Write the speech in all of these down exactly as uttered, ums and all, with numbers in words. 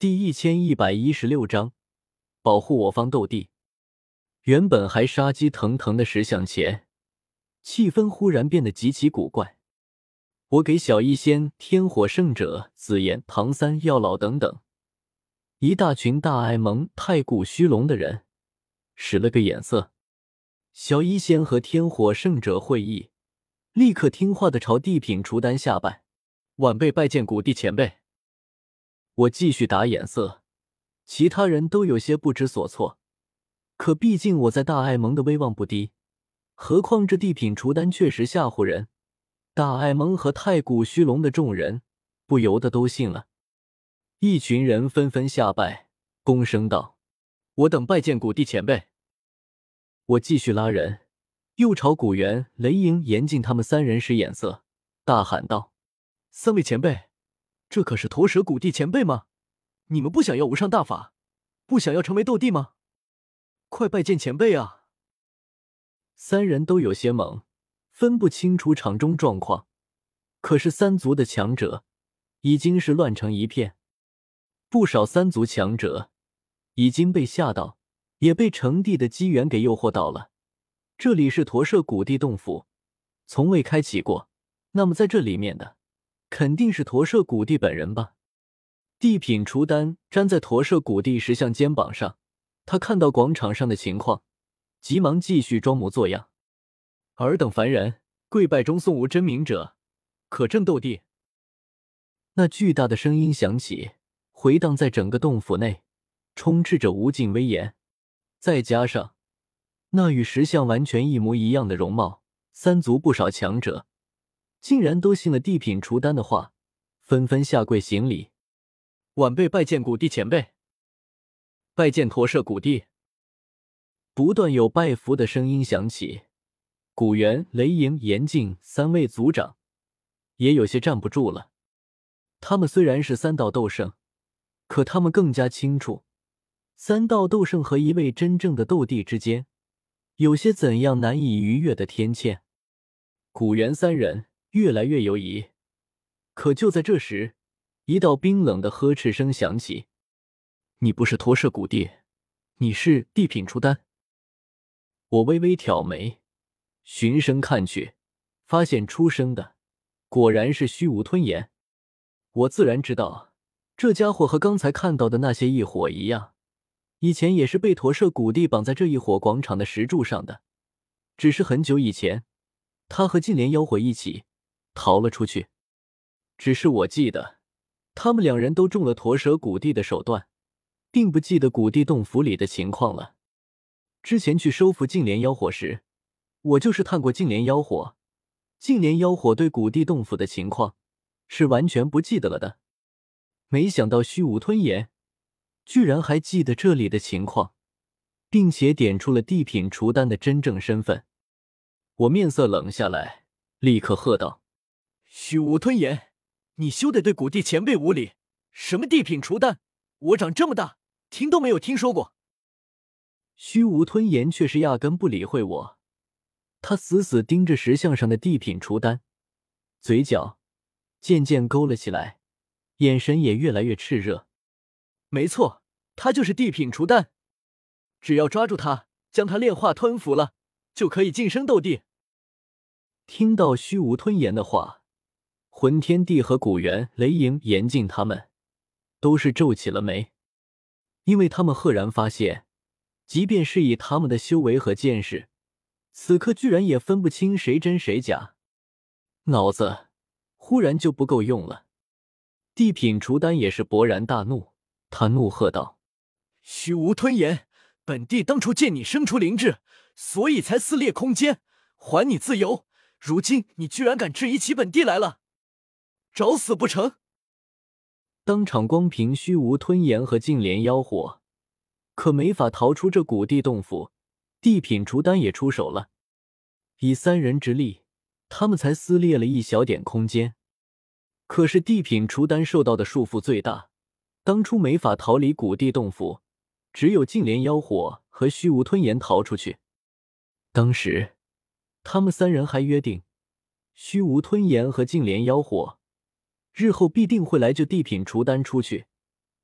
第一千一百一十六章保护我方斗帝。原本还杀机腾腾的石像前，气氛忽然变得极其古怪。我给小医仙、天火圣者、紫妍、唐三、药老等等一大群大爱盟、太古虚龙的人使了个眼色。小医仙和天火圣者会意，立刻听话的朝地品除丹下拜，晚辈拜见古帝前辈。我继续打眼色，其他人都有些不知所措。可毕竟我在大爱盟的威望不低，何况这地品除丹确实吓唬人，大爱盟和太古虚龙的众人不由得都信了。一群人纷纷下拜，躬声道：“我等拜见古帝前辈。”我继续拉人，又朝古元、雷莹、严禁他们三人使眼色，大喊道：“三位前辈，这可是驼蛇古帝前辈吗？你们不想要无上大法，不想要成为斗帝吗？快拜见前辈啊！”三人都有些懵，分不清楚场中状况。可是三族的强者已经是乱成一片，不少三族强者已经被吓到，也被成帝的机缘给诱惑到了。这里是驼舍古帝洞府，从未开启过，那么在这里面的肯定是驼舍古帝本人吧。地品除丹粘在驼舍古帝石像肩膀上，他看到广场上的情况，急忙继续装模作样：“尔等凡人，跪拜中宋无真名者，可证斗帝。”那巨大的声音响起，回荡在整个洞府内，充斥着无尽威严。再加上那与石像完全一模一样的容貌，三族不少强者竟然都信了地品除丹的话，纷纷下跪行礼：“晚辈拜见古帝前辈，拜见驼舍古帝。”不断有拜服的声音响起，古元、雷莹、严禁三位族长也有些站不住了。他们虽然是三道斗圣，可他们更加清楚，三道斗圣和一位真正的斗帝之间有些怎样难以逾越的天堑。古元三人越来越犹疑，可就在这时，一道冰冷的呵斥声响起：“你不是驼舍古帝，你是地品除丹。”我微微挑眉，循声看去，发现出声的果然是虚无吞炎。我自然知道，这家伙和刚才看到的那些异火一样，以前也是被驼舍古帝绑在这一火广场的石柱上的，只是很久以前，他和净莲妖火一起逃了出去。只是我记得，他们两人都中了驼舍古帝的手段，并不记得古帝洞府里的情况了。之前去收服净莲妖火时，我就是探过净莲妖火，净莲妖火对古帝洞府的情况是完全不记得了的。没想到虚无吞炎居然还记得这里的情况，并且点出了地品除丹的真正身份。我面色冷下来，立刻喝道：“虚无吞炎，你休得对古帝前辈无礼！什么地品除丹，我长这么大听都没有听说过。”虚无吞炎却是压根不理会我，他死死盯着石像上的地品除丹，嘴角渐渐勾了起来，眼神也越来越炽热。没错，他就是地品除丹，只要抓住他，将他炼化吞服了，就可以晋升斗帝。听到虚无吞炎的话，魂天帝和古元、雷莹、严禁他们都是皱起了眉，因为他们赫然发现，即便是以他们的修为和见识，此刻居然也分不清谁真谁假，脑子忽然就不够用了。地品除丹也是勃然大怒，他怒喝道：“虚无吞炎，本帝当初见你生出灵智，所以才撕裂空间，还你自由。如今你居然敢质疑起本帝来了，找死不成？”当场光凭虚无吞炎和净莲妖火，可没法逃出这古帝洞府，地品除丹也出手了。以三人之力，他们才撕裂了一小点空间。可是地品除丹受到的束缚最大，当初没法逃离古帝洞府，只有净莲妖火和虚无吞炎逃出去。当时他们三人还约定，虚无吞炎和净莲妖火日后必定会来救地品除丹出去，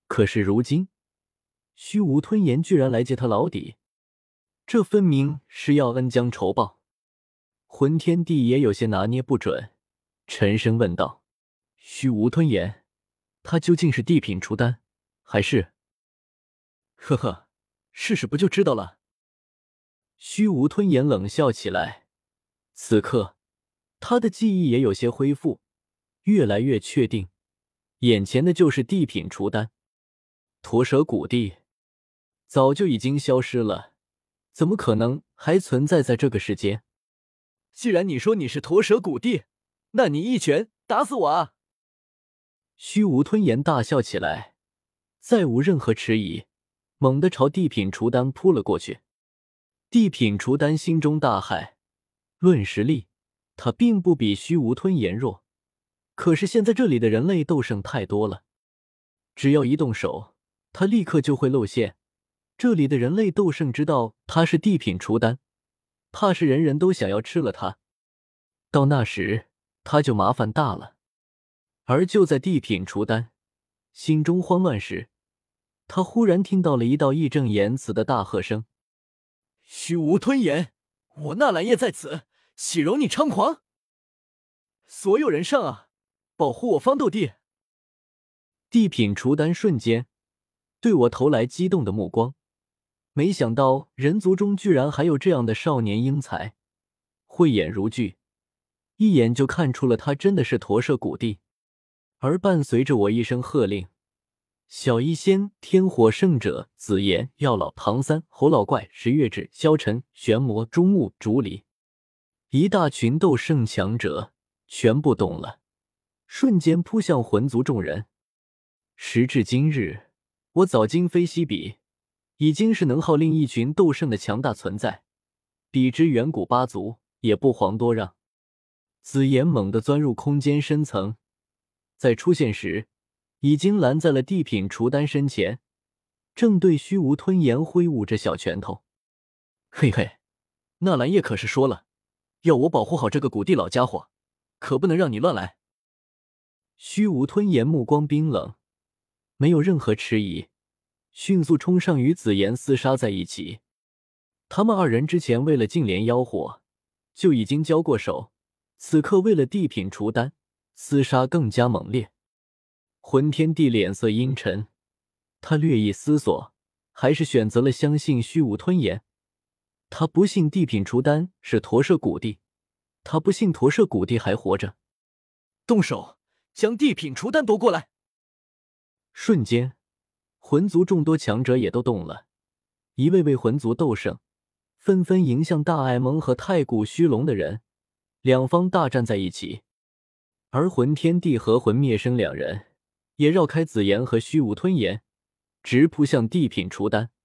可是如今，虚无吞炎居然来揭他老底，这分明是要恩将仇报。魂天帝也有些拿捏不准，沉声问道：“虚无吞炎，他究竟是地品除丹，还是……”呵呵，试试不就知道了。虚无吞炎冷笑起来，此刻他的记忆也有些恢复，越来越确定，眼前的就是地品除丹。驼蛇古地早就已经消失了，怎么可能还存在在这个世间？既然你说你是驼蛇古地，那你一拳打死我啊！虚无吞炎大笑起来，再无任何迟疑，猛地朝地品除丹扑了过去。地品除丹心中大骇，论实力，他并不比虚无吞炎弱，可是现在这里的人类斗圣太多了，只要一动手，他立刻就会露馅。这里的人类斗圣知道他是地品除丹，怕是人人都想要吃了他，到那时他就麻烦大了。而就在地品除丹心中慌乱时，他忽然听到了一道义正言辞的大喝声：“虚无吞炎，我纳兰叶在此，岂容你猖狂！所有人上啊，保护我方斗帝！”地品除丹瞬间对我投来激动的目光，没想到人族中居然还有这样的少年英才，慧眼如炬，一眼就看出了他真的是驼舍古帝。而伴随着我一声喝令，小医仙、天火圣者、紫炎、药老、唐三、侯老怪、十月指、萧晨、玄魔、朱木、竹离，一大群斗圣强者全部动了，瞬间扑向魂族众人。时至今日，我早今非昔比，已经是能号令一群斗圣的强大存在，比之远古八族也不遑多让。紫炎猛地钻入空间深层，在出现时已经拦在了地品除丹身前，正对虚无吞炎挥舞着小拳头。嘿嘿，纳兰叶可是说了，要我保护好这个古地老家伙，可不能让你乱来。虚无吞炎目光冰冷，没有任何迟疑，迅速冲上与紫炎厮杀在一起。他们二人之前为了净莲妖火就已经交过手，此刻为了地品除丹，厮杀更加猛烈。魂天帝脸色阴沉，他略一思索，还是选择了相信虚无吞炎。他不信地品除丹是驼舍古帝，他不信驼舍古帝还活着。动手，将地品除丹夺过来！瞬间，魂族众多强者也都动了，一位位魂族斗圣纷纷迎向大艾蒙和太古虚龙的人，两方大战在一起。而魂天帝和魂灭生两人也绕开紫炎和虚无吞炎，直扑向地品除丹。